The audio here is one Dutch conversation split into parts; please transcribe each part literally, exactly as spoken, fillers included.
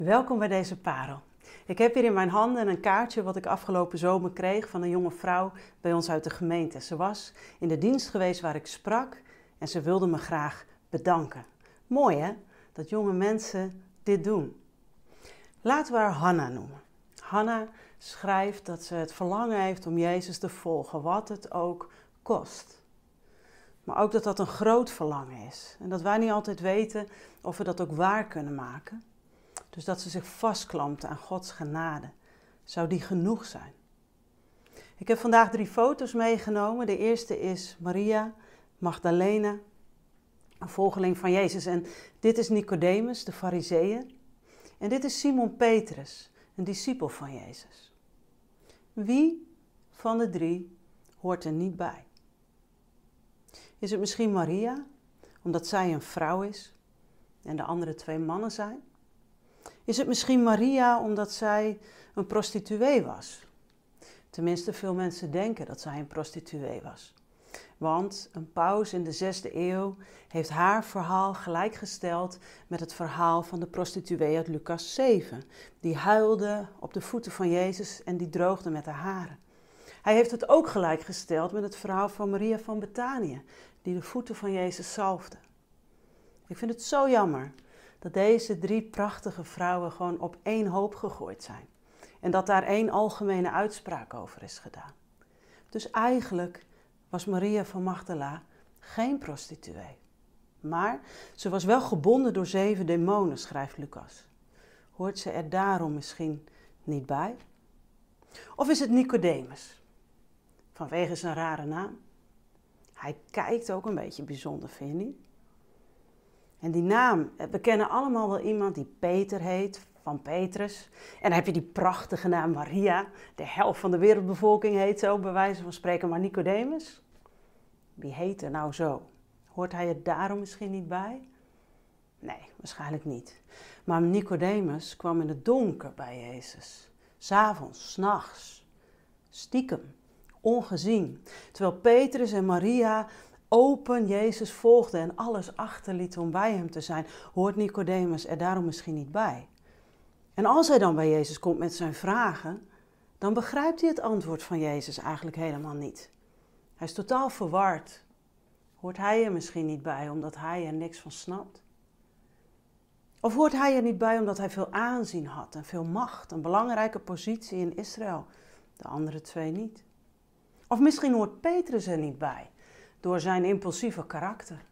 Welkom bij deze parel. Ik heb hier in mijn handen een kaartje wat ik afgelopen zomer kreeg van een jonge vrouw bij ons uit de gemeente. Ze was in de dienst geweest waar ik sprak en ze wilde me graag bedanken. Mooi hè, dat jonge mensen dit doen. Laten we haar Hanna noemen. Hanna schrijft dat ze het verlangen heeft om Jezus te volgen, wat het ook kost. Maar ook dat dat een groot verlangen is en dat wij niet altijd weten of we dat ook waar kunnen maken. Dus dat ze zich vastklampt aan Gods genade. Zou die genoeg zijn? Ik heb vandaag drie foto's meegenomen. De eerste is Maria Magdalena, een volgeling van Jezus. En dit is Nicodemus, de Farizeeër. En dit is Simon Petrus, een discipel van Jezus. Wie van de drie hoort er niet bij? Is het misschien Maria, omdat zij een vrouw is en de andere twee mannen zijn? Is het misschien Maria omdat zij een prostituee was? Tenminste, veel mensen denken dat zij een prostituee was. Want een paus in de zesde eeuw heeft haar verhaal gelijkgesteld met het verhaal van de prostituee uit Lucas zeven. Die huilde op de voeten van Jezus en die droogde met haar haren. Hij heeft het ook gelijkgesteld met het verhaal van Maria van Betanië, die de voeten van Jezus zalfde. Ik vind het zo jammer dat deze drie prachtige vrouwen gewoon op één hoop gegooid zijn. En dat daar één algemene uitspraak over is gedaan. Dus eigenlijk was Maria van Magdala geen prostituee. Maar ze was wel gebonden door zeven demonen, schrijft Lucas. Hoort ze er daarom misschien niet bij? Of is het Nicodemus? Vanwege zijn rare naam. Hij kijkt ook een beetje bijzonder, vind je niet? En die naam, we kennen allemaal wel iemand die Peter heet, van Petrus. En dan heb je die prachtige naam Maria, de helft van de wereldbevolking heet zo, bij wijze van spreken. Maar Nicodemus, wie heet er nou zo? Hoort hij er daarom misschien niet bij? Nee, waarschijnlijk niet. Maar Nicodemus kwam in het donker bij Jezus. 's Avonds, 's nachts, stiekem, ongezien. Terwijl Petrus en Maria open Jezus volgden en alles achterlieten om bij hem te zijn, hoort Nicodemus er daarom misschien niet bij. En als hij dan bij Jezus komt met zijn vragen, dan begrijpt hij het antwoord van Jezus eigenlijk helemaal niet. Hij is totaal verward. Hoort hij er misschien niet bij omdat hij er niks van snapt? Of hoort hij er niet bij omdat hij veel aanzien had en veel macht, een belangrijke positie in Israël, de andere twee niet? Of misschien hoort Petrus er niet bij door zijn impulsieve karakter.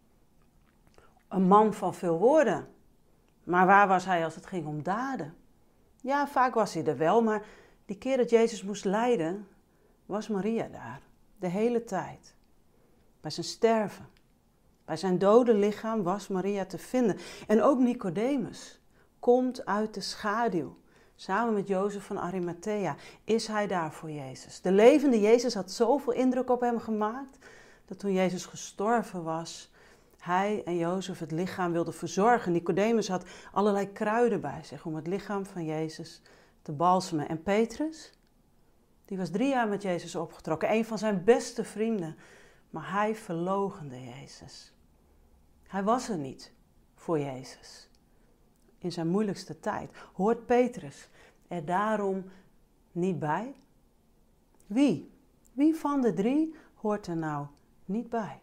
Een man van veel woorden. Maar waar was hij als het ging om daden? Ja, vaak was hij er wel, maar die keer dat Jezus moest lijden, was Maria daar. De hele tijd. Bij zijn sterven. Bij zijn dode lichaam was Maria te vinden. En ook Nicodemus komt uit de schaduw. Samen met Jozef van Arimathea is hij daar voor Jezus. De levende Jezus had zoveel indruk op hem gemaakt, dat toen Jezus gestorven was, hij en Jozef het lichaam wilden verzorgen. Nicodemus had allerlei kruiden bij zich om het lichaam van Jezus te balsemen. En Petrus, die was drie jaar met Jezus opgetrokken, een van zijn beste vrienden. Maar hij verloochende Jezus. Hij was er niet voor Jezus. In zijn moeilijkste tijd. Hoort Petrus er daarom niet bij? Wie? Wie van de drie hoort er nou niet bij?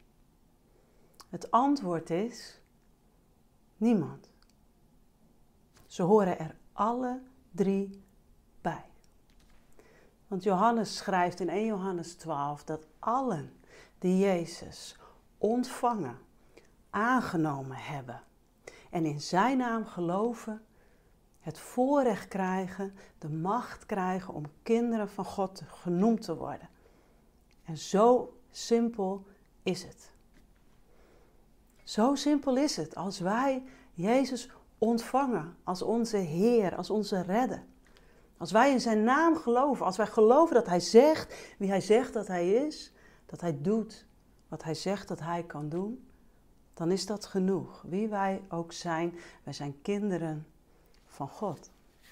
Het antwoord is niemand. Ze horen er alle drie bij. Want Johannes schrijft in eerste Johannes twaalf dat allen die Jezus ontvangen, aangenomen hebben en in zijn naam geloven, het voorrecht krijgen, de macht krijgen om kinderen van God genoemd te worden. En zo simpel is het. Zo simpel is het als wij Jezus ontvangen als onze Heer, als onze Redder. Als wij in zijn naam geloven, als wij geloven dat hij zegt wie hij zegt dat hij is, dat hij doet wat hij zegt dat hij kan doen, dan is dat genoeg. Wie wij ook zijn, wij zijn kinderen van God.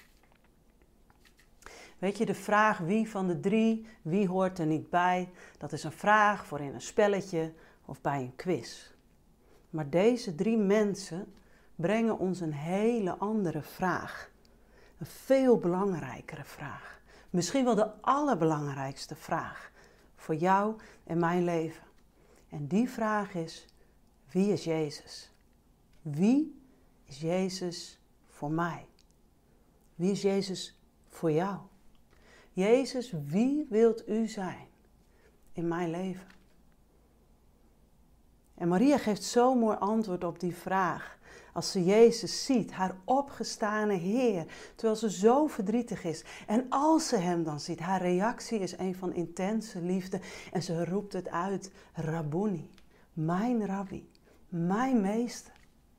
Weet je, de vraag wie van de drie, wie hoort er niet bij, dat is een vraag voor in een spelletje of bij een quiz. Maar deze drie mensen brengen ons een hele andere vraag. Een veel belangrijkere vraag. Misschien wel de allerbelangrijkste vraag voor jou en mijn leven. En die vraag is, wie is Jezus? Wie is Jezus voor mij? Wie is Jezus voor jou? Jezus, wie wilt u zijn in mijn leven? En Maria geeft zo'n mooi antwoord op die vraag. Als ze Jezus ziet, haar opgestane Heer, terwijl ze zo verdrietig is. En als ze hem dan ziet, haar reactie is een van intense liefde. En ze roept het uit, Rabboni, mijn rabbi, mijn meester.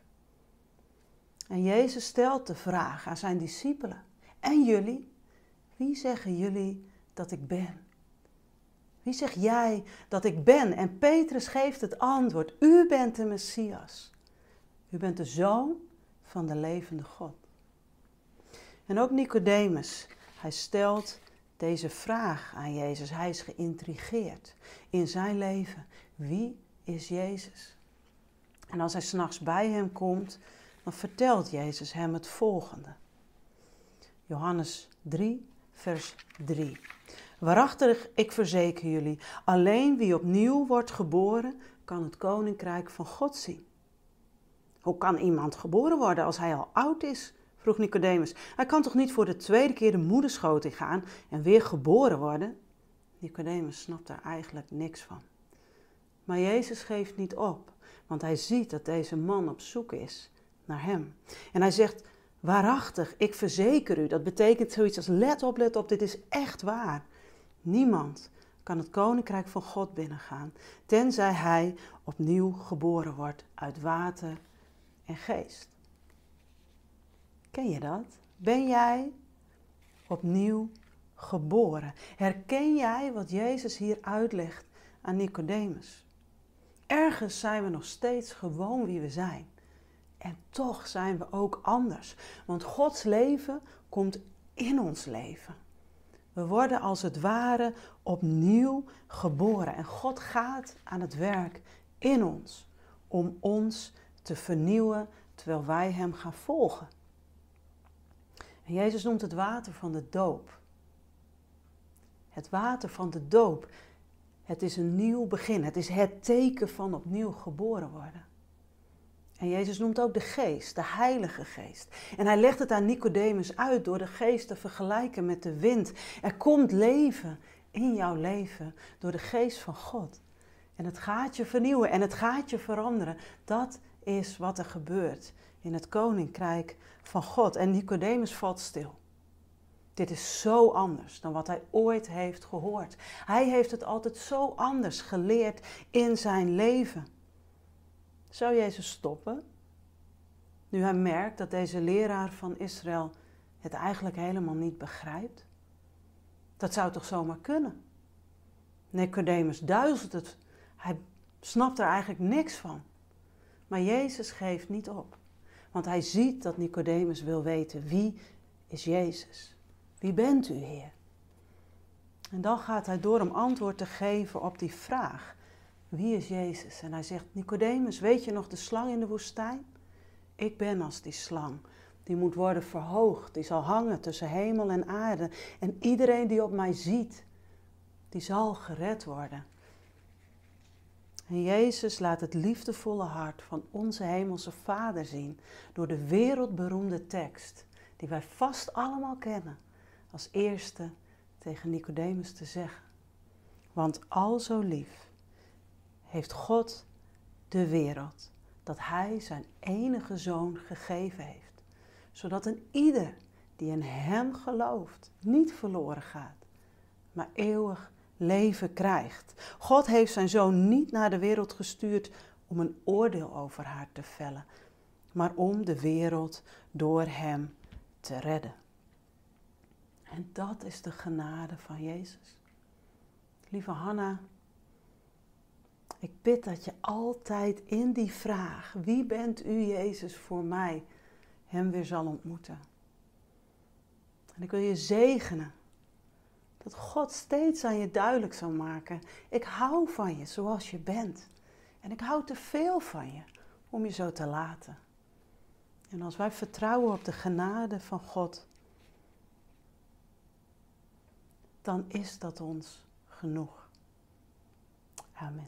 En Jezus stelt de vraag aan zijn discipelen. En jullie, wie zeggen jullie dat ik ben? Wie zeg jij dat ik ben? En Petrus geeft het antwoord, u bent de Messias. U bent de Zoon van de levende God. En ook Nicodemus, hij stelt deze vraag aan Jezus. Hij is geïntrigeerd in zijn leven. Wie is Jezus? En als hij 's nachts bij hem komt, dan vertelt Jezus hem het volgende. Johannes drie, vers drie. Waarachtig, ik verzeker jullie, alleen wie opnieuw wordt geboren, kan het koninkrijk van God zien. Hoe kan iemand geboren worden als hij al oud is? Vroeg Nicodemus. Hij kan toch niet voor de tweede keer de moederschoot ingaan en weer geboren worden? Nicodemus snapt daar eigenlijk niks van. Maar Jezus geeft niet op, want hij ziet dat deze man op zoek is naar hem. En hij zegt, waarachtig, ik verzeker u. Dat betekent zoiets als, let op, let op, dit is echt waar. Niemand kan het koninkrijk van God binnengaan, tenzij hij opnieuw geboren wordt uit water en geest. Ken je dat? Ben jij opnieuw geboren? Herken jij wat Jezus hier uitlegt aan Nicodemus? Ergens zijn we nog steeds gewoon wie we zijn. En toch zijn we ook anders. Want Gods leven komt in ons leven. We worden als het ware opnieuw geboren. En God gaat aan het werk in ons. Om ons te vernieuwen terwijl wij hem gaan volgen. En Jezus noemt het water van de doop. Het water van de doop. Het is een nieuw begin. Het is het teken van opnieuw geboren worden. En Jezus noemt ook de geest, de heilige geest. En hij legt het aan Nicodemus uit door de geest te vergelijken met de wind. Er komt leven in jouw leven door de geest van God. En het gaat je vernieuwen en het gaat je veranderen. Dat is wat er gebeurt in het koninkrijk van God. En Nicodemus valt stil. Dit is zo anders dan wat hij ooit heeft gehoord. Hij heeft het altijd zo anders geleerd in zijn leven. Zou Jezus stoppen? Nu hij merkt dat deze leraar van Israël het eigenlijk helemaal niet begrijpt? Dat zou toch zomaar kunnen? Nicodemus duizelt het. Hij snapt er eigenlijk niks van. Maar Jezus geeft niet op. Want hij ziet dat Nicodemus wil weten, wie is Jezus? Wie bent u, Heer? En dan gaat hij door om antwoord te geven op die vraag. Wie is Jezus? En hij zegt, Nicodemus, weet je nog de slang in de woestijn? Ik ben als die slang. Die moet worden verhoogd. Die zal hangen tussen hemel en aarde. En iedereen die op mij ziet, die zal gered worden. En Jezus laat het liefdevolle hart van onze hemelse Vader zien door de wereldberoemde tekst, die wij vast allemaal kennen, als eerste tegen Nicodemus te zeggen. Want al zo lief heeft God de wereld, dat hij zijn enige zoon gegeven heeft, zodat een ieder die in hem gelooft niet verloren gaat, maar eeuwig leven krijgt. God heeft zijn zoon niet naar de wereld gestuurd om een oordeel over haar te vellen, maar om de wereld door hem te redden. En dat is de genade van Jezus. Lieve Hanna, ik bid dat je altijd in die vraag, wie bent u Jezus voor mij, hem weer zal ontmoeten. En ik wil je zegenen dat God steeds aan je duidelijk zal maken, ik hou van je zoals je bent. En ik hou te veel van je om je zo te laten. En als wij vertrouwen op de genade van God, dan is dat ons genoeg. Amen.